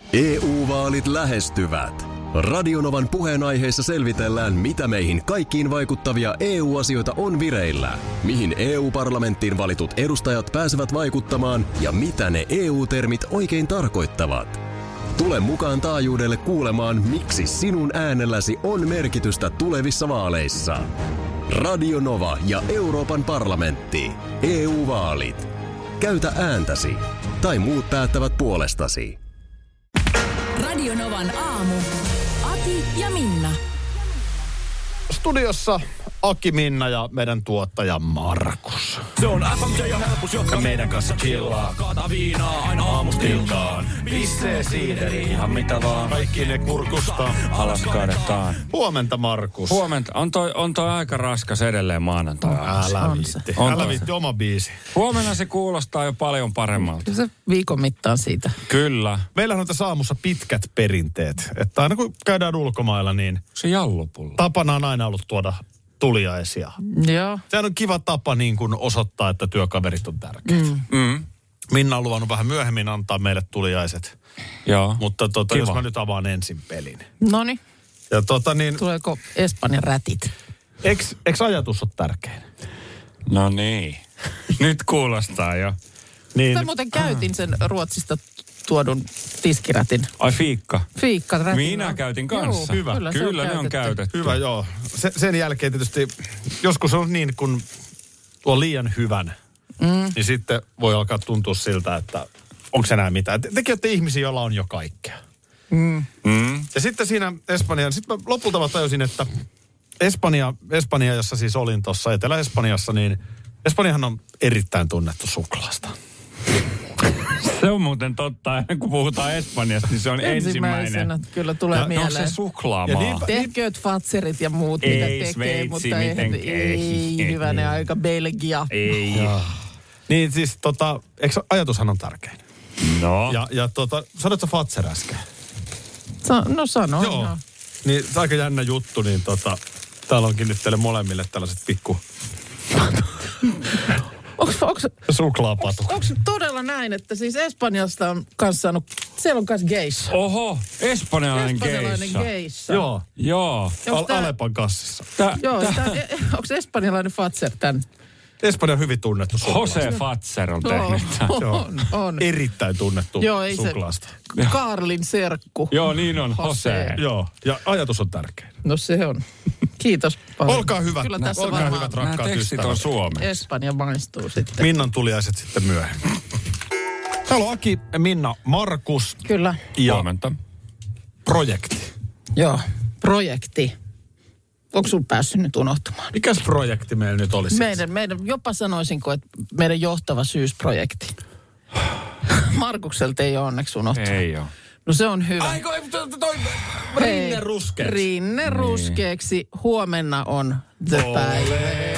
EU-vaalit lähestyvät. Radionovan puheenaiheessa selvitellään, mitä meihin kaikkiin vaikuttavia EU-asioita on vireillä, mihin EU-parlamenttiin valitut edustajat pääsevät vaikuttamaan ja mitä ne EU-termit oikein tarkoittavat. Tule mukaan taajuudelle kuulemaan, miksi sinun äänelläsi on merkitystä tulevissa vaaleissa. Radio Nova ja Euroopan parlamentti. EU-vaalit. Käytä ääntäsi. Tai muut päättävät puolestasi. Radio Novan aamu. Ati ja Minna. Studiossa Aki, Minna ja meidän tuottaja Markus. Se on FMJ ja helpus, jotka meidän kanssa chillaa. Kaata viinaa aina aamustiltaan. Pissee siideri, ihan mitä vaan. Kaikki ne kurkusta alas kaadetaan. Huomenta, Markus. Huomenta. On toi aika raskas edelleen maanantai. Älä viitti oma biisi. Huomenna se kuulostaa jo paljon paremmalta. Se viikon mittaan siitä. Kyllä. Meillähän on tässä aamussa pitkät perinteet. Että aina kun käydään ulkomailla, niin Se jallupullo. tapana on aina ollut tuoda tuliaisia. Joo. Sehän on kiva tapa niin kuin osoittaa, että työkaverit on tärkeitä. Minna on luvannut vähän myöhemmin antaa meille tuliaiset. Joo. Mutta jos mä nyt avaan ensin pelin. Noniin. Ja Tuleeko Espanjan rätit? Eks ajatus ole tärkein? No niin. Nyt kuulostaa jo. Niin. Mä muuten käytin sen Ruotsista tuodun tiskirätin. Ai fiikka. Fiikkarätin. Minä käytin kanssa. Hyvä. Kyllä ne on käytetty. Hyvä, joo. Sen jälkeen tietysti, joskus on niin, kun tuo liian hyvän, niin sitten voi alkaa tuntua siltä, että onko se enää mitään. Tekin olette ihmisiä, joilla on jo kaikkea. Ja sitten siinä sitten lopulta mä tajusin, että Espanja, jossa siis olin tuossa Etelä-Espanjassa, niin Espanjahan on erittäin tunnettu suklaasta. Se on muuten totta, aina kun puhutaan Espanjasta, niin se on ensimmäinen. Kyllä tulee mieleen. No se suklaamaa. Tehkööt fatserit ja muut, Ei, mitä tekee, Sveitsi, mutta ei. hyvänä aika Belgia. Ei. Niin siis eikö ajatushan on tärkein? No. Ja sanoitko fatser äsken? No sanoin. Joo. No. Niin se aika jännä juttu, niin täällä onkin nyt teille molemmille tällaiset pikku suklaapatukset. Onko todella näin, että siis Espanjasta on kanssa saanut, siellä on kanssa geissa. Oho, espanjalainen geissa. geissa. Joo. Onko Alepan kassissa. onko espanjalainen fatser tän? Espanja on hyvin tunnettu suklaasta. Jose Fatser on tehnyt tämän. On. Erittäin tunnettu suklaasta. Karlin serkku. Joo, niin on. Jose. Joo, ja ajatus on tärkeä. No se on. Kiitos paljon. Olkaa hyvät. Kyllä tässä Olkaa varmaan hyvät, Nämä rakkaat tekstit on ystävät. suomeksi. Espanja maistuu sitten. Minnan tuliaiset sitten myöhemmin. Täällä on Aki, Minna, Markus Kyllä. ja Huomenta. projekti. Joo, projekti. Onko sun päässyt nyt unohtumaan? Mikäs projekti meillä nyt olisi? Meidän jopa sanoisinko, että meidän johtava syysprojekti. Markukselta ei ole onneksi unohtunut. Ei oo. No se on hyvä. Aiko, toi rinne ruskeeksi. Rinne ruskeeksi. Huomenna on The päivä.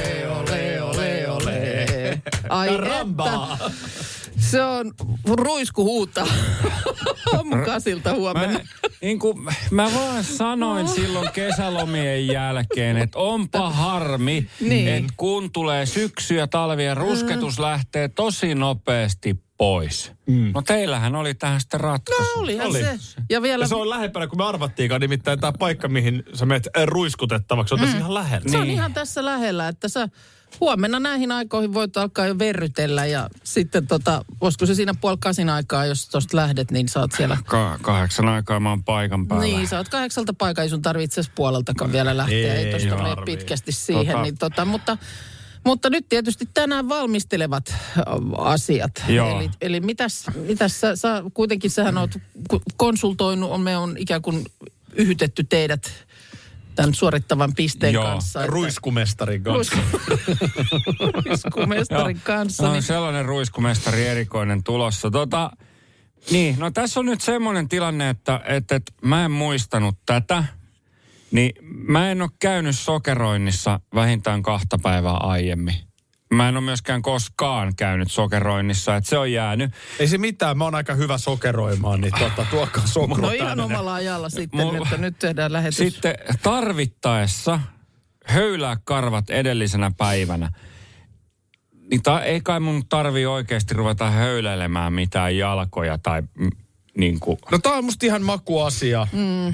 Ole. Ai Rambaa. että. Se on ruisku huutaa aamukasilta huomenna. Mä vaan sanoin silloin kesälomien jälkeen, että onpa harmi, että kun tulee syksy ja talvi ja rusketus lähtee tosi nopeasti pois. No teillähän oli tähän sitten ratkaisu. No olihan se. Ja vielä... Ja se on lähempänä, kun me arvattiinkaan, nimittäin tämä paikka, mihin sä menet ruiskutettavaksi, on tässä ihan lähellä. Se on ihan tässä lähellä, että sä huomenna näihin aikoihin voit alkaa jo verrytellä ja sitten olisiko se siinä 7:30 aikaa, jos tosta lähdet, niin sä oot siellä. 8 aikaa mä oon paikan päällä. Niin, sä oot 8 paikaa, ei sun tarvitse puoleltakaan vielä lähteä, ei tosta mene pitkästi siihen. Niin mutta nyt tietysti tänään valmistelevat asiat. Joo. Eli mitäs sä kuitenkin sähän oot konsultoinut, me on ikään kuin yhytetty teidät tämän suorittavan pisteen kanssa. Ruiskumestarin kanssa. Ruiskumestarin kanssa. No, sellainen ruiskumestari erikoinen tulossa. Niin, no tässä on nyt semmoinen tilanne, että mä en muistanut tätä. Niin mä en ole käynyt sokeroinnissa vähintään 2 päivää aiemmin. Mä en ole myöskään koskaan käynyt sokeroinnissa, että se on jäänyt. Ei se mitään, mä oon aika hyvä sokeroimaan, niin tuokaa sokro No tänne. ihan omalla ajalla sitten, että nyt tehdään lähetys. Sitten tarvittaessa höylää karvat edellisenä päivänä. Niin ei kai mun tarvii oikeasti ruveta höyläilemään mitään jalkoja tai niin kuin... No tää on musta ihan makuasia.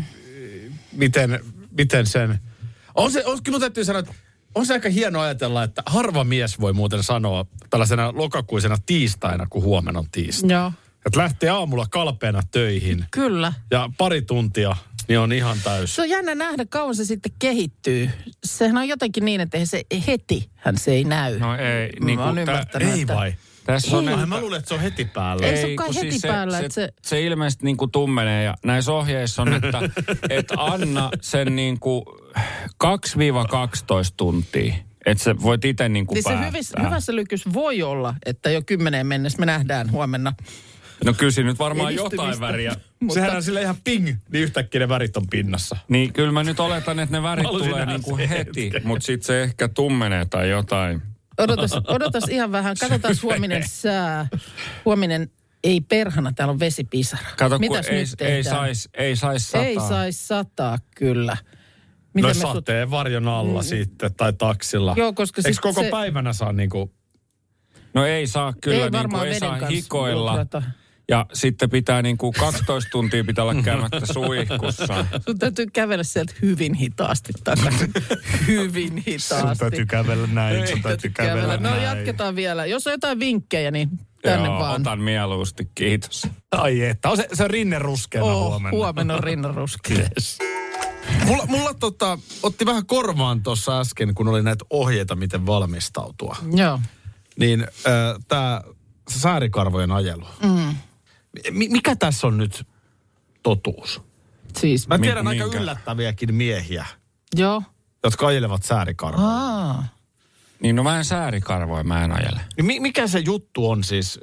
Miten sen... Kyllä täytyy sanoa, että on se aika hieno ajatella, että harva mies voi muuten sanoa tällaisena lokakuisena tiistaina, kun huomenna on tiistai. Joo. Että lähtee aamulla kalpeena töihin. Kyllä. Ja pari tuntia, niin on ihan täys. Se on jännä nähdä, kauan se sitten kehittyy. Sehän on jotenkin niin, että se se ei näy. No ei. Niin mä oon ymmärtänyt, ei vai? Tässä on Mä luulen, että se on heti päällä. Ei se ole kai heti päällä. Se ilmeisesti niin kuin tummenee ja näissä ohjeissa on, että anna sen niin kuin 2-12 tuntia. Että sä voit itse niin kuin päättää. Se hyvässä lykys voi olla, että jo 10 mennessä me nähdään huomenna. No kyllä nyt varmaan jotain väriä. Sehän on sille ihan ping, niin yhtäkkiä ne värit on pinnassa. Niin kyllä mä nyt oletan, että ne värit tulee niin kuin heti, mutta sitten se ehkä tummenee tai jotain. Odotas ihan vähän. Katsotaan huominen sää. Huominen ei perhana, täällä on vesipisara. Kato, mitäs kun nyt tehdään? ei sais sataa. Ei sais sataa, kyllä. Miten sateen varjon alla sitten tai taksilla. Joo, koska eikö koko päivänä saa niinku... No ei saa kyllä, ei niinku, ei saa hikoilla. Uhrata. Ja sitten pitää niinku 12 tuntia pitää olla käymättä suihkussa. Sun täytyy kävellä sieltä hyvin hitaasti takaisin. Hyvin hitaasti. Sun täytyy kävellä näin, sun täytyy kävellä näin. No jatketaan vielä. Jos on jotain vinkkejä, niin tänne joo, vaan. Otan mieluusti, kiitos. Ai että, se on rinneruskeena huomenna. Huomenna on rinneruskeena. Yes. Mulla otti vähän korvaan tuossa äsken, kun oli näitä ohjeita, miten valmistautua. Joo. Niin tää säärikarvojen ajelu. Mikä tässä on nyt totuus? Siis. Mä tiedän aika yllättäviäkin miehiä, Joo. jotka ajelevat säärikarvoja. Niin no mä en säärikarvoja, mä en ajele. Niin mikä se juttu on siis?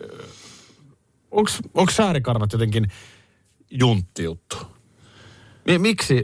Onko säärikarvat jotenkin junttijuttu? Miksi?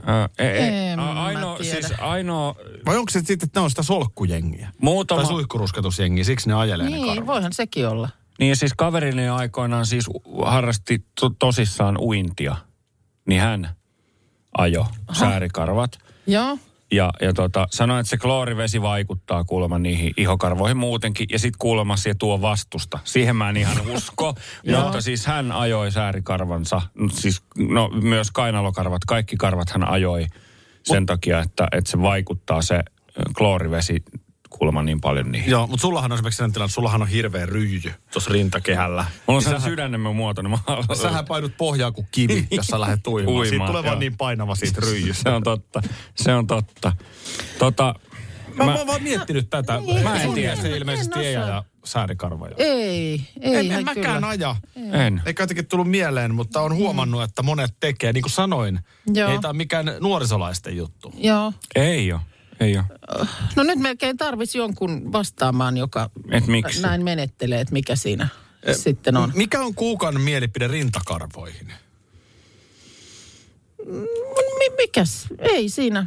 Ainoa... Vai onko se sitten, että ne on sitä solkkujengiä? Tai suihkurusketusjengiä, siksi ne ajelee ne karvat? Niin, voihan sekin olla. Niin ja siis kaverini aikoinaan siis harrasti tosissaan uintia. Niin hän ajoi säärikarvat. Joo. Ja sanoi, että se kloorivesi vaikuttaa kuulemma niihin ihokarvoihin muutenkin. Ja sitten kuulemma se tuo vastusta. Siihen mä en ihan usko. Mutta siis hän ajoi säärikarvansa. Siis myös kainalokarvat. Kaikki karvat hän ajoi sen takia, että se vaikuttaa se kloorivesi kuulemma niin paljon niihin. Joo, mutta sullahan on esimerkiksi sen tilanne, sullahan on hirveä ryijy tuossa rintakehällä. Mulla on sellainen sydännemme muotoinen. Sähän painut pohjaa kuin kivi, jos sä lähdet uimaan. Siitä tulee vaan niin painava siitä ryijystä. Se on totta. Mä oon vaan miettinyt tätä. Mä en tiedä, se ilmeisesti ei aja säärikarvoja. Ei En mäkään aja. Eikä jotenkin tullut mieleen, mutta on huomannut, että monet tekee. Niin kuin sanoin, ei tää ole mikään nuorisolaisten juttu. Joo. Ei ole. No nyt melkein tarvitsisi jonkun vastaamaan, joka näin menettelee, että mikä siinä sitten on. Mikä on Kuukan mielipide rintakarvoihin? Mikäs? Ei siinä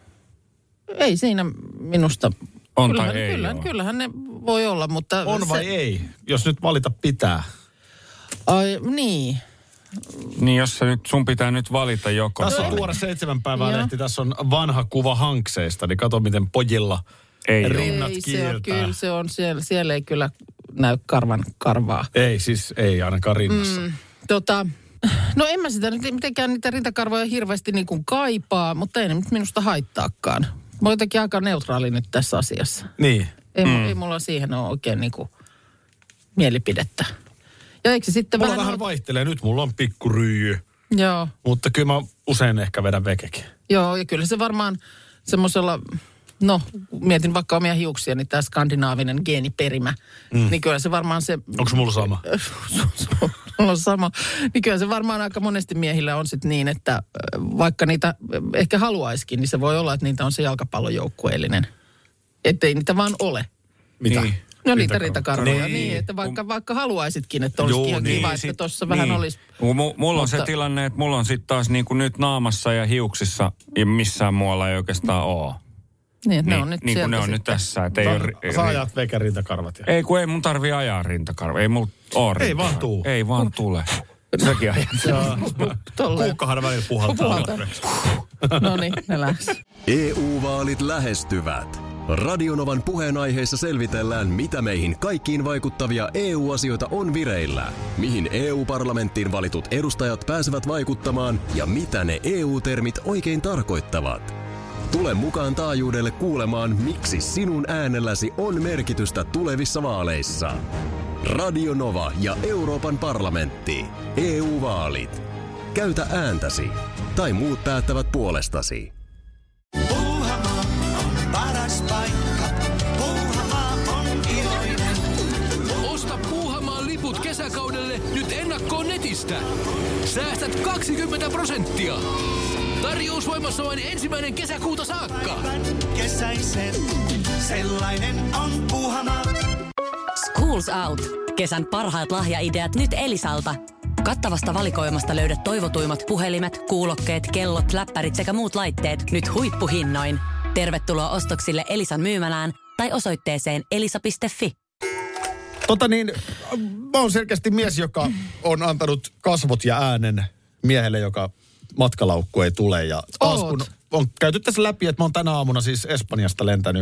minusta. On tai ei ole. Kyllähän ne voi olla, mutta... On vai ei? Jos nyt valita pitää. Ai, niin. Niin jos sun pitää nyt valita joko. Tässä on tuore 7 päivää lehti. Tässä on vanha kuva hankseista. Niin kato, miten pojilla rinnat kiiltää. Kyllä se on. Siellä ei kyllä näy karvaa. Ei ainakaan rinnassa. No en mä sitä nyt mitenkään niitä rintakarvoja hirveästi niin kuin kaipaa, mutta ei ne minusta haittaakaan. Mä oon jotenkin aika neutraali nyt tässä asiassa. Niin. Ei mulla siihen ole oikein niin kuin mielipidettä. Ja eikö se sitten mulla vähän vaihtelee. Nyt mulla on pikkuryijy. Joo. Mutta kyllä mä usein ehkä vedän vekekin. Joo, ja kyllä se varmaan semmoisella, mietin vaikka omia hiuksia, niin tämä skandinaavinen geeniperimä. Niin kyllä se varmaan se... Onko mulla sama? Mulla on sama. Niin kyllä se varmaan aika monesti miehillä on sitten niin, että vaikka niitä ehkä haluaisikin, niin se voi olla, että niitä on se jalkapallojoukkueellinen. Ettei niitä vaan ole. Mitä? Niin. No niitä rintakarvoja, niin, että vaikka haluaisitkin, että olisikin ihan kiva, että tuossa vähän olisi. Mulla on se tilanne, että mulla on sitten taas niin kuin nyt naamassa ja hiuksissa ja missään muualla ei oikeastaan ole. Niin, ne on nyt niin kuin ne on nyt tässä. Että sä ajat vekä rintakarvat. Ei, kun ei mun tarvii ajaa rintakarvat. Ei mulla ole rintakarvat. Ei vaan tuu. Ei vaan tule. Säkin ajat. Kuukkahan välillä puhaltaa. No niin, ne lähti. EU-vaalit lähestyvät. Radionovan puheenaiheessa selvitellään, mitä meihin kaikkiin vaikuttavia EU-asioita on vireillä, mihin EU-parlamenttiin valitut edustajat pääsevät vaikuttamaan ja mitä ne EU-termit oikein tarkoittavat. Tule mukaan taajuudelle kuulemaan, miksi sinun äänelläsi on merkitystä tulevissa vaaleissa. Radio Nova ja Euroopan parlamentti. EU-vaalit. Käytä ääntäsi. Tai muut päättävät puolestasi. Puuhamaa on paras paikka. Puuhamaa on iloinen. Osta Puuhamaan liput kesäkaudelle nyt ennakkoon netistä. Säästät 20%. Tarjous voimassa vain 1. kesäkuuta saakka. Kesäisen, sellainen on Puuhamaa. Schools Out. Kesän parhaat lahjaideat nyt Elisalta. Kattavasta valikoimasta löydät toivotuimmat puhelimet, kuulokkeet, kellot, läppärit sekä muut laitteet nyt huippuhinnoin. Tervetuloa ostoksille Elisan myymälään tai osoitteeseen elisa.fi. Mä oon selkeästi mies, joka on antanut kasvot ja äänen miehelle, joka matkalaukku ei tule. Ja taas kun on käyty tässä läpi, että mä oon tänä aamuna siis Espanjasta lentänyt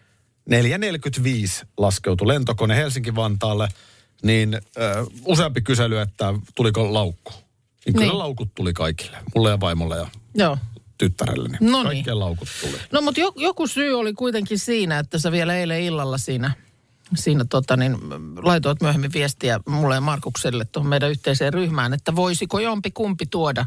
4.45 laskeutui lentokone Helsinki-Vantaalle, niin useampi kysely, että tuliko laukku. Niin kyllä laukut tuli kaikille, mulle ja vaimolle ja tyttärelleni. Kaikkien laukut tuli. No mutta joku syy oli kuitenkin siinä, että sä vielä eilen illalla siinä laitoit myöhemmin viestiä mulle ja Markukselle tuohon meidän yhteiseen ryhmään, että voisiko jompi kumpi tuoda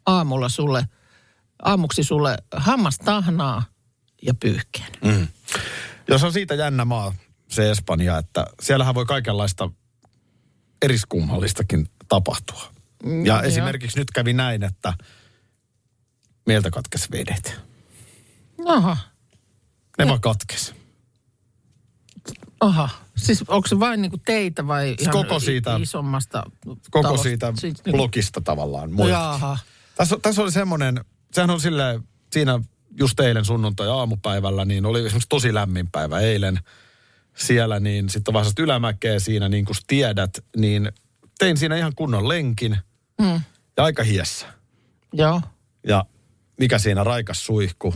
aamuksi sulle hammastahnaa ja pyyhkeen. Mm. Jos on siitä jännä maa, se Espanja, että siellähän voi kaikenlaista eriskummallistakin tapahtua. Ja esimerkiksi nyt kävi näin, että meiltä katkesi vedet. Aha. Ne vaan katkesi. Aha. Siis onko se vain niinku teitä vai ihan koko siitä, isommasta koko talosta? siitä Siis blogista tavallaan. Jaha. Tässä oli semmoinen, sehän on silleen, siinä just eilen sunnuntai-aamupäivällä, niin oli esimerkiksi tosi lämmin päivä eilen siellä, niin sitten vähän ylämäkeä siinä, niin kuin tiedät, niin tein siinä ihan kunnon lenkin ja aika hiessä. Joo. Ja mikä siinä, raikas suihku?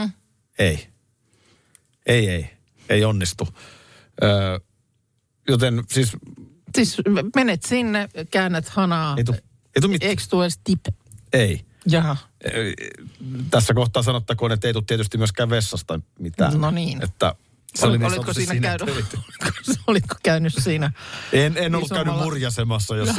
Ei onnistu. Joten siis... Siis menet sinne, käännät hanaa. Ei tuu mitään. Eikö tuo edes tip? Ei. Jaha. Tässä kohtaa sanottakoon, että ei tule tietysti myöskään vessasta mitään. No niin. Että se oli niin oliko siinä käynyt? Olitko käynyt siinä? En ollut käynyt murjasemassa, jos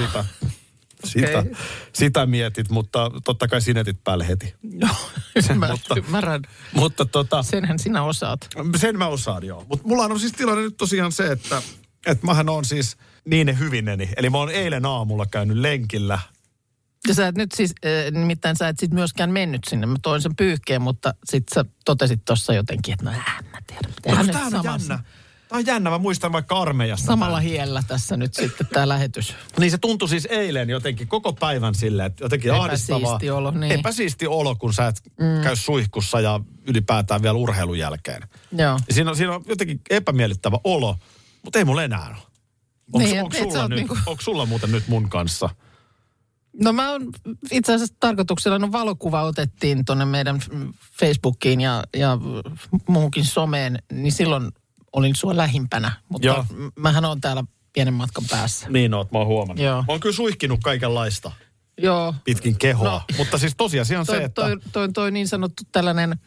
sitä mietit, mutta totta kai sinetit päälle heti. Joo, ymmärrän. Mutta senhän sinä osaat. Sen mä osaan, joo. Mutta mulla on siis tilanne nyt tosiaan se, että mähän on siis niin hyvineni. Eli mä oon eilen aamulla käynyt lenkillä. Ja sä et nyt siis, nimittäin sä et sit myöskään mennyt sinne. Mä toin sen pyyhkeen, mutta sit sä totesit tossa jotenkin, että mä tiedän. Tää on jännä. Tää on jännä, mä muistan vaikka armeijasta. Samalla hiellä tässä nyt sitten tää lähetys. Niin se tuntui siis eilen jotenkin koko päivän silleen, että jotenkin ahdistavaa. Epäsiisti olo, niin. Epäsiisti olo, kun sä et käy suihkussa ja ylipäätään vielä urheilun jälkeen. Joo. Siinä on jotenkin epämiellyttävä olo, mutta ei mulla enää ole. Onko sulla muuten nyt mun kanssa? No mä oon itse asiassa tarkoituksella, valokuva otettiin tuonne meidän Facebookiin ja muuhunkin someen, niin silloin olin sua lähimpänä. Mutta mähän oon täällä pienen matkan päässä. Niin oot, mä oon huomannut. Joo. Mä oon kyllä suihkinut kaikenlaista. Joo. Pitkin kehoa. Mutta siis tosiasia on se, että... Toi niin sanottu tällainen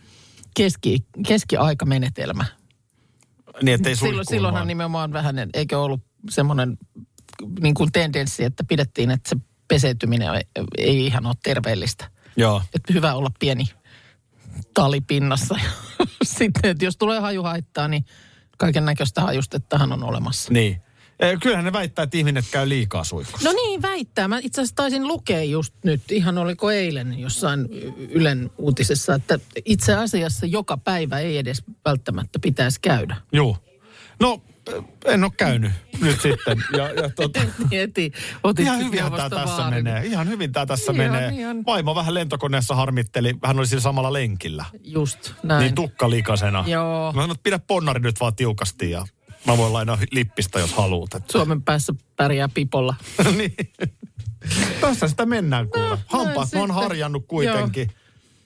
keskiaikamenetelmä. Niin, ettei suihkuun Silloinhan vaan. nimenomaan vähän, eikö ollut semmoinen niin kuin tendenssi, että pidettiin, että se peseytyminen ei ihan ole terveellistä. Joo. Että hyvä olla pieni tali pinnassa. Sitten, että jos tulee hajuhaittaa, niin kaiken näköistä hajustettahan on olemassa. Niin. Kyllähän ne väittää, että ihminen käy liikaa suihkussa. No niin, väittää. Mä itse asiassa taisin lukea just nyt, ihan oliko eilen jossain Ylen uutisessa, että itse asiassa joka päivä ei edes välttämättä pitäisi käydä. Joo. No, en ole käynyt nyt sitten. Heti otit ihan hyvin tämä tässä menee. Ihan hyvin tämä tässä menee. Ihan. Vaimo vähän lentokoneessa harmitteli. Hän oli siinä samalla lenkillä. Just näin. Niin tukka likasena. Joo. Mä sanoin, että pidä ponnari nyt vaan tiukasti ja mä voin lainaa lippistä, jos haluat. Että... Suomen päässä pärjää pipolla. Niin. Tässä sitä mennään kuule. Hampaat mä oon harjannut kuitenkin.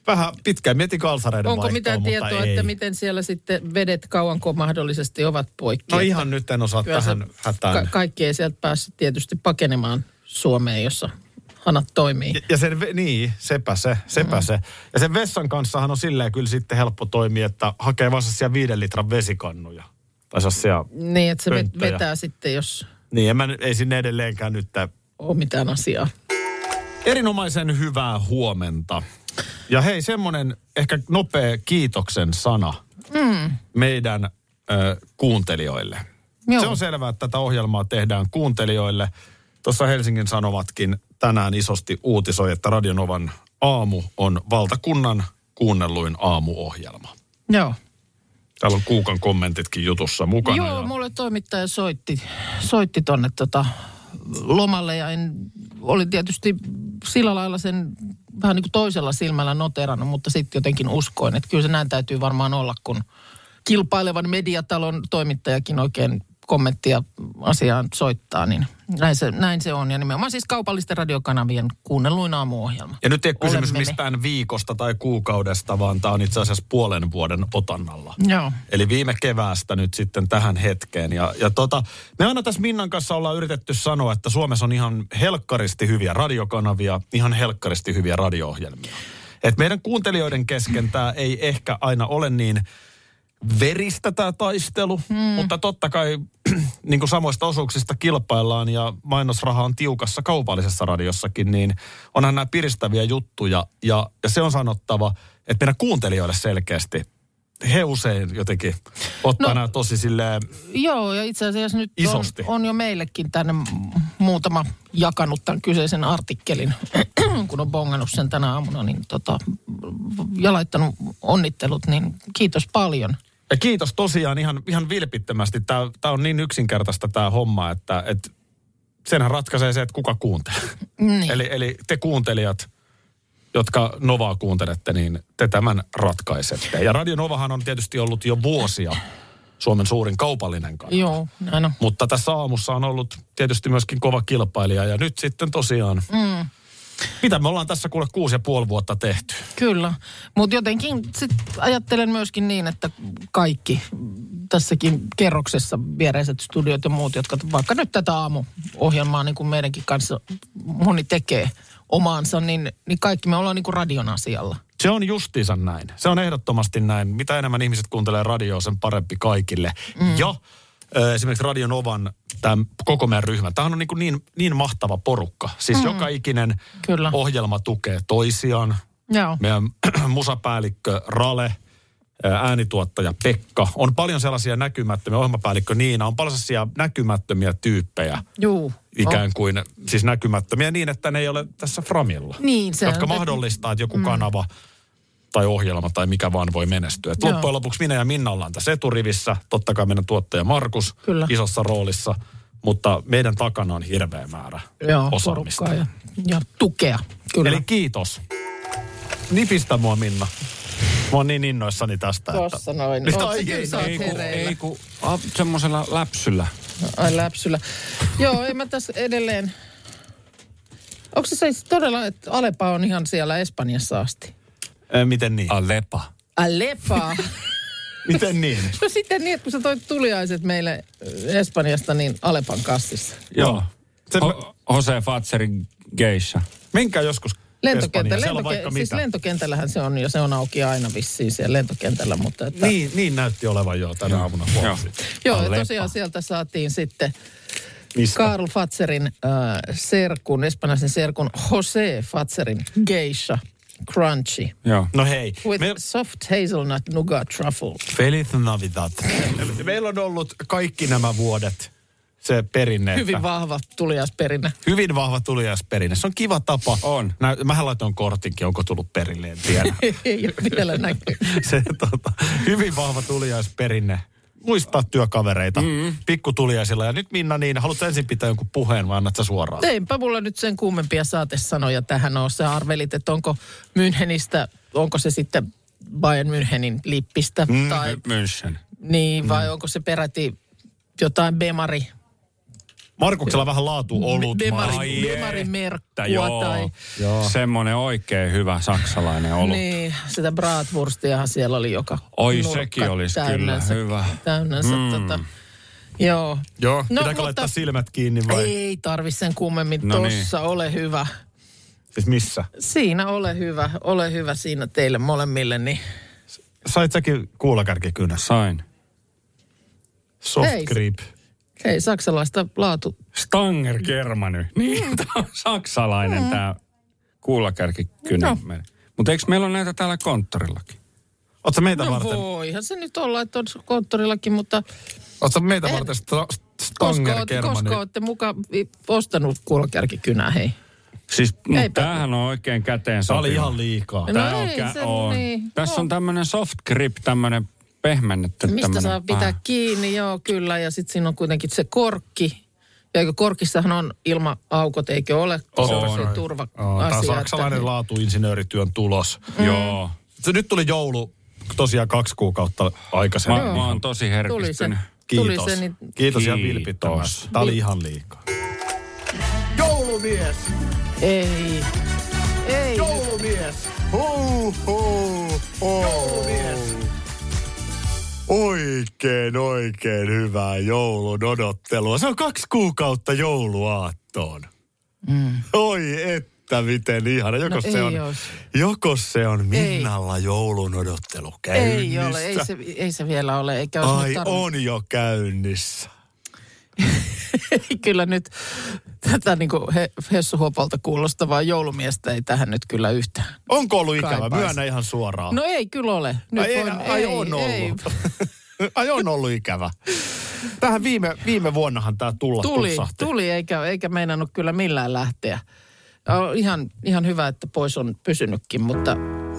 vähän pitkään mietin kalsareiden Onko vaihtoa, mitään tietoa, ei. että miten siellä sitten vedet kauanko mahdollisesti ovat poikki? No ihan nyt en osaa tähän hätään. Kaikki ei sieltä päässyt tietysti pakenemaan Suomeen, jossa hanat toimii. Ja sen, sepä se. Ja sen vessan kanssahan on silleen kyllä sitten helppo toimia, että hakee vasta siellä 5 litran vesikannuja. Tai sellaisia niin, että se pönttöjä. vetää sitten, jos Niin, ei sinne edelleenkään nyt ole mitään asiaa. Erinomaisen hyvää huomenta. Ja hei, semmoinen ehkä nopea kiitoksen sana meidän kuuntelijoille. Joo. Se on selvää, että tätä ohjelmaa tehdään kuuntelijoille. Tuossa Helsingin Sanomatkin tänään isosti uutisoi, että Radio Novan aamu on valtakunnan kuunnelluin aamuohjelma. Joo. Täällä on Kuukan kommentitkin jutussa mukana. Joo, mulle toimittaja soitti tonne lomalle ja oli tietysti sillä lailla sen vähän niin kuin toisella silmällä noterannut, mutta sitten jotenkin uskoin, että kyllä se näin täytyy varmaan olla, kun kilpailevan mediatalon toimittajakin oikein kommenttia asiaan soittaa, niin näin se on. Ja nimenomaan siis kaupallisten radiokanavien kuunnelluin aamuohjelma. Ja nyt ei ole kysymys mistään viikosta tai kuukaudesta, vaan tämä on itse asiassa 0,5 vuoden otannalla. Joo. Eli viime keväästä nyt sitten tähän hetkeen. Ja me aina tässä Minnan kanssa ollaan yritetty sanoa, että Suomessa on ihan helkkaristi hyviä radiokanavia, ihan helkkaristi hyviä radio-ohjelmia. Et meidän kuuntelijoiden kesken tämä ei ehkä aina ole niin veristä tämä taistelu, mutta totta kai niin kuin samoista osuuksista kilpaillaan ja mainosraha on tiukassa kaupallisessa radiossakin, niin onhan nämä piristäviä juttuja ja se on sanottava, että meidän kuuntelijoille selkeästi he usein jotenkin ottaa nämä tosi silleen joo, ja itse asiassa nyt on jo meillekin tänne muutama jakanut tämän kyseisen artikkelin, kun on bongannut sen tänä aamuna, niin ja laittanut onnittelut, niin kiitos paljon. Ja kiitos tosiaan ihan vilpittömästi. Tämä on niin yksinkertaista tämä homma, että senhän ratkaisee se, että kuka kuuntelee. Niin. Eli te kuuntelijat, jotka Novaa kuuntelette, niin te tämän ratkaisette. Ja Radio Novahan on tietysti ollut jo vuosia Suomen suurin kaupallinen kanava. Joo, näin on. Mutta tässä aamussa on ollut tietysti myöskin kova kilpailija ja nyt sitten tosiaan mitä me ollaan tässä kuule 6,5 vuotta tehty. Kyllä, mutta jotenkin sit ajattelen myöskin niin, että kaikki tässäkin kerroksessa viereiset studiot ja muut, jotka vaikka nyt tätä aamuohjelmaa niin kuin meidänkin kanssa moni tekee omaansa, niin kaikki me ollaan niin kuin radion asialla. Se on justiinsa näin. Se on ehdottomasti näin. Mitä enemmän ihmiset kuuntelee radioa, sen parempi kaikille. Ja esimerkiksi Radio Novan, tämä koko meidän ryhmä, tämä on niin mahtava porukka. Siis joka ikinen ohjelma tukee toisiaan. Joo. Meidän musapäällikkö Rale, äänituottaja Pekka. On paljon sellaisia näkymättömiä, ohjelmapäällikkö Niina. On paljon sellaisia näkymättömiä tyyppejä. Juu. Ikään kuin siis näkymättömiä niin, että ne ei ole tässä framilla. Niin, se jotka mahdollistaa, että joku kanava tai ohjelma tai mikä vaan voi menestyä. Et loppujen lopuksi minä ja Minna ollaan tässä eturivissä. Totta kai meidän tuottaja Markus isossa roolissa, mutta meidän takana on hirveä määrä osaamista. Ja tukea. Kyllä. Eli kiitos. Nipistä mua, Minna. Mä oon niin innoissani tästä. Tuossa noin. Ei kun semmoisella läpsyllä. Ai läpsyllä. Joo, en mä tässä edelleen. Onko se siis todella, että Alepa on ihan siellä Espanjassa asti? Miten niin? Alepa. Miten niin? No sitten niin, että kun sä toit tuliaiset meille Espanjasta, niin Alepan kassissa. Joo. Jose Fatserin geisha. Menkää joskus Espanjaan. Siis lentokentällähän se on, ja se on auki aina vissiin siellä lentokentällä, mutta että niin näytti olevan jo tänä aamuna. Joo, ja tosiaan sieltä saatiin sitten Karl Fatserin espanjalaisen serkun Jose Fatserin geisha crunchy. Joo. No hei. With soft hazelnut nougat truffle. Feliz Navidad. Meillä on ollut kaikki nämä vuodet se perinne. Hyvin vahva tuliaisperinne. Hyvin vahva tuliaisperinne. Se on kiva tapa. On. Mähän laitoin kortinkin, onko tullut perille, en tiedä. Ei ole vielä näkyy. Se hyvin vahva tuliaisperinne. Muistaa työkavereita pikkutuliaisilla. Ja nyt Minna, niin haluatko ensin pitää jonkun puheen vai annat sä suoraan? Eipä mulla nyt sen kummempia saatesanoja tähän ole. Sä arvelit, että onko Münchenistä, onko se sitten Bayern Münchenin lippistä. Tai München. Niin, vai onko se peräti jotain Bemari Markuksella vähän laatu olut. Demarimerkkua tai... Joo. Semmoinen oikein hyvä saksalainen olut. Niin, sitä bratwurstiahan siellä oli joka sekin olisi kyllä hyvä. Täynnänsä Joo. Joo, pitääkö laittaa silmät kiinni vai? Ei tarvi sen kummemmin. Tossa ole hyvä. Siis missä? Siinä ole hyvä siinä teille molemmille. Niin. Sait säkin kuulakärkikynä? Sain. Soft grip. Hei, saksalaista laatu. Stanger Germany. Niin, tämä on saksalainen tämä kuulakärkikynä. No. Mutta eikö meillä ole näitä täällä konttorillakin? Ootko meitä varten? Voihan se nyt olla, että on konttorillakin, mutta... Ootko meitä varten Stanger Germany? Koska olette mukaan ostanut kuulakärkikynää, hei? Siis tämähän on oikein käteen sopiva. Tämä oli ihan liikaa. Niin. Tässä on tämmöinen soft grip, tämmöinen pehmennetty. Mistä saa pitää kiinni, joo kyllä. Ja sitten siinä on kuitenkin se korkki. Ja eikö korkissahan on ilma-aukot, eikö ole? Se on turva-asia. Tämä on saksalainen laatuinsinöörityön tulos. Joo. Nyt tuli joulu tosiaan 2 kuukautta aikaisemmin. Mä oon tosi herkistynyt. Kiitos ihan vilpittömästi. Tämä oli ihan liikaa. Joulumies! Ei. Joulumies! Joulumies! Oikein hyvää joulun odottelua. Se on 2 kuukautta jouluaattoon. Oi että miten ihana. Joko se on Minnalla joulun odottelu käynnissä? Ei ole, ei se vielä ole. Eikä on jo käynnissä. Kyllä nyt tätä niin kuin Hessu Huopalta kuulostavaa joulumiestä ei tähän nyt kyllä yhtään. Onko ollut ikävä? Myönnä ihan suoraan. No ei kyllä ole. Nyt on ollut. Ai on ollut ikävä. Tähän viime vuonnahan tämä tullahti. Tuli eikä meinannut kyllä millään lähteä. Ihan hyvä, että pois on pysynytkin, mutta...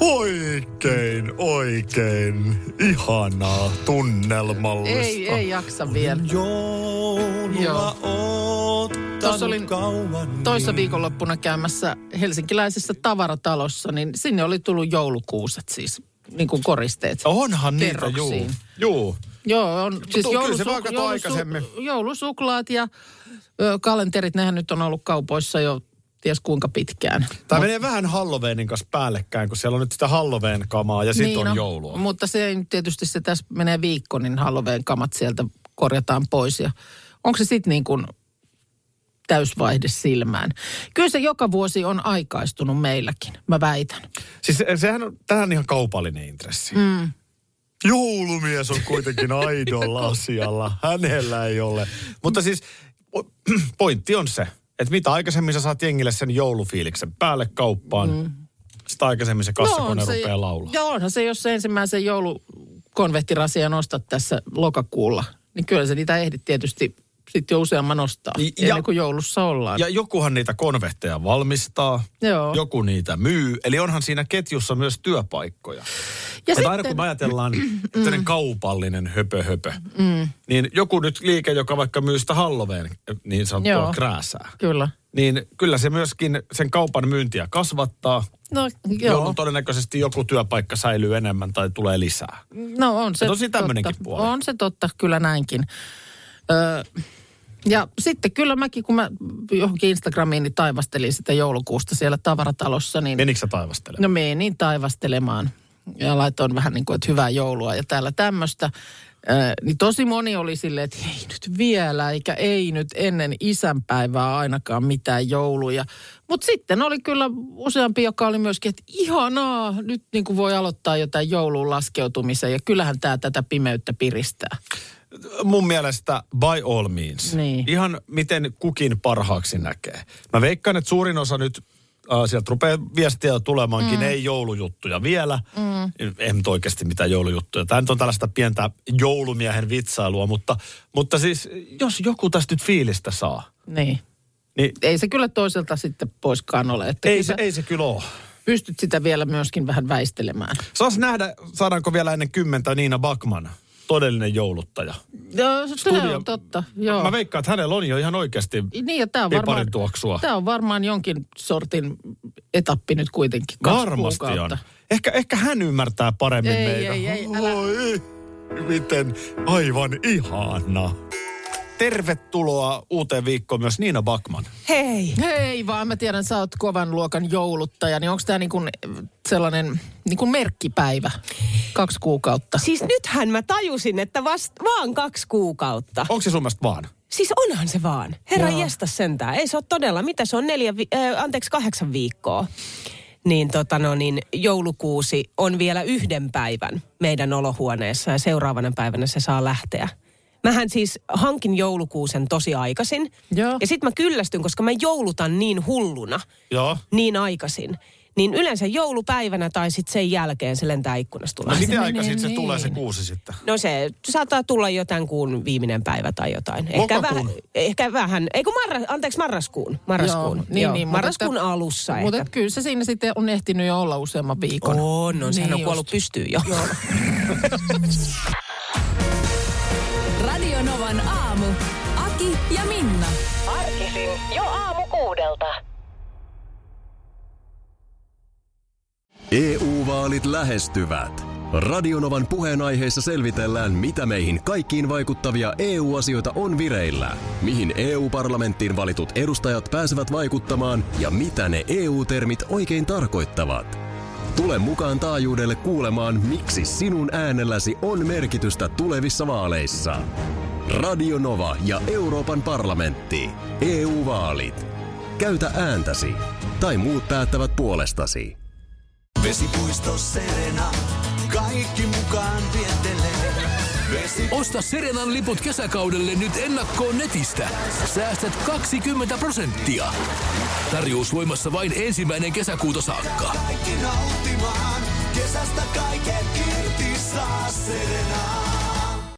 Oikein ihanaa tunnelmallista. Ei jaksa vielä. Joulua Tuossa olin toissa viikonloppuna käymässä helsinkiläisessä tavaratalossa, niin sinne oli tullut joulukuuset siis, niin kuin koristeet. Onhan niitä, juu. Joo, on siis aikaisemmin. Joulusuklaat ja kalenterit, nehän nyt on ollut kaupoissa jo ties kuinka pitkään. Tämä menee vähän Halloweenin kanssa päällekkäin, kun siellä on nyt sitä Halloween-kamaa ja sitten niin on joulua. Mutta se ei tietysti, se tässä menee viikko, niin Halloween-kamat sieltä korjataan pois. Ja onko se sitten niin kuin täysvaihde silmään? Kyllä se joka vuosi on aikaistunut meilläkin, mä väitän. Siis sehän on, tähän ihan kaupallinen intressi. Joulumies on kuitenkin aidolla asialla. Hänellä ei ole. Mutta siis pointti on se, että mitä aikaisemmin sä saat jengille sen joulufiiliksen päälle kauppaan, sitä aikaisemmin se kassakone rupeaa laulaa. Joo, onhan se, jos se ensimmäisen joulukonvehtirasia nostat tässä lokakuulla, niin kyllä se niitä ehdit tietysti sitten jo useamman nostaa, ennen kuin joulussa ollaan. Ja jokuhan niitä konvehteja valmistaa, joku niitä myy, eli onhan siinä ketjussa myös työpaikkoja. Ja sitten, aina kun me ajatellaan kaupallinen höpö, niin joku nyt liike, joka vaikka myy sitä Halloween niin sanottua krääsää. Kyllä. Niin kyllä se myöskin sen kaupan myyntiä kasvattaa. No joo. Jolloin todennäköisesti joku työpaikka säilyy enemmän tai tulee lisää. No on se tosi tämmöinenkin puoli. On se totta, kyllä näinkin. Ja sitten kyllä mäkin, kun mä johonkin Instagramiin niin taivastelin sitä joulukuusta siellä tavaratalossa. Niin menikö sä taivastelemaan? No menin taivastelemaan ja laitoin vähän niin kuin, että hyvää joulua ja täällä tämmöistä. Niin tosi moni oli silleen, että ei nyt vielä, eikä ei nyt ennen isänpäivää ainakaan mitään jouluja. Mutta sitten oli kyllä useampi, joka oli myöskin, että ihanaa, nyt niin kuin voi aloittaa jotain jouluun laskeutumisen ja kyllähän tämä tätä pimeyttä piristää. Mun mielestä by all means. Niin. Ihan miten kukin parhaaksi näkee. Mä veikkaan, että suurin osa nyt sieltä rupeaa viestiä tulemaankin, ei joulujuttuja vielä. Ei nyt oikeasti mitään joulujuttuja. Tämä nyt on tällaista pientä joulumiehen vitsailua, mutta siis jos joku tästä nyt fiilistä saa. Niin. Ei se kyllä toiselta sitten poiskaan ole. Että ei se kyllä ole. Pystyt sitä vielä myöskin vähän väistelemään. Saas nähdä, saadaanko vielä ennen 10 Niina Backman, todellinen jouluttaja. Joo, se on totta. Joo. Mä veikkaan, että hänellä on jo ihan oikeasti piparin tuoksua. Tämä on varmaan jonkin sortin etappi nyt kuitenkin. Varmasti on. Ehkä hän ymmärtää paremmin meitä. Ei, Oi, miten aivan ihana. tervetuloa uuteen viikkoon myös Niina Backman. Hei! Hei vaan, mä tiedän, sä oot kovan luokan jouluttaja, niin onko tää niin kuin sellainen niin kuin merkkipäivä? 2 kuukautta. Siis nythän mä tajusin, että vaan 2 kuukautta. Onko se sun mielestä vaan? Siis onhan se vaan. Herra jestas sentään. Ei se ole todella. Mitä se on 8 viikkoa? Niin joulukuusi on vielä 1 päivän meidän olohuoneessa ja seuraavana päivänä se saa lähteä. Mähän siis hankin joulukuusen tosi aikaisin. Joo. Ja sit mä kyllästyn, koska mä joulutan niin hulluna. Joo. Niin aikaisin. Niin yleensä joulupäivänä tai sitten sen jälkeen se lentää ikkunasta tulla. No miten aikaisin se tulee se kuusi sitten? No se saattaa tulla jotain kuun viimeinen päivä tai jotain. Ehkä vähän, marraskuun. Niin, marraskuun alussa mutta ehkä. kyllä se siinä sitten on ehtinyt jo olla useamman viikon. Sehän on kuollut pystyyn jo. Radio Novan aamu. Aki ja Minna. Arkisin jo aamu 6:00. EU-vaalit lähestyvät. Radionovan puheenaiheessa selvitellään, mitä meihin kaikkiin vaikuttavia EU-asioita on vireillä, mihin EU-parlamenttiin valitut edustajat pääsevät vaikuttamaan ja mitä ne EU-termit oikein tarkoittavat. Tule mukaan taajuudelle kuulemaan, miksi sinun äänelläsi on merkitystä tulevissa vaaleissa. Radio Nova ja Euroopan parlamentti. EU-vaalit. Käytä ääntäsi. Tai muut päättävät puolestasi. Vesipuisto Serena, kaikki mukaan viettelee. Osta Serenan liput kesäkaudelle nyt ennakkoon netistä. Säästät 20%. Tarjous voimassa vain 1. kesäkuuta saakka. Kaikki nauttimaan, kesästä kaiken irti saa Serena.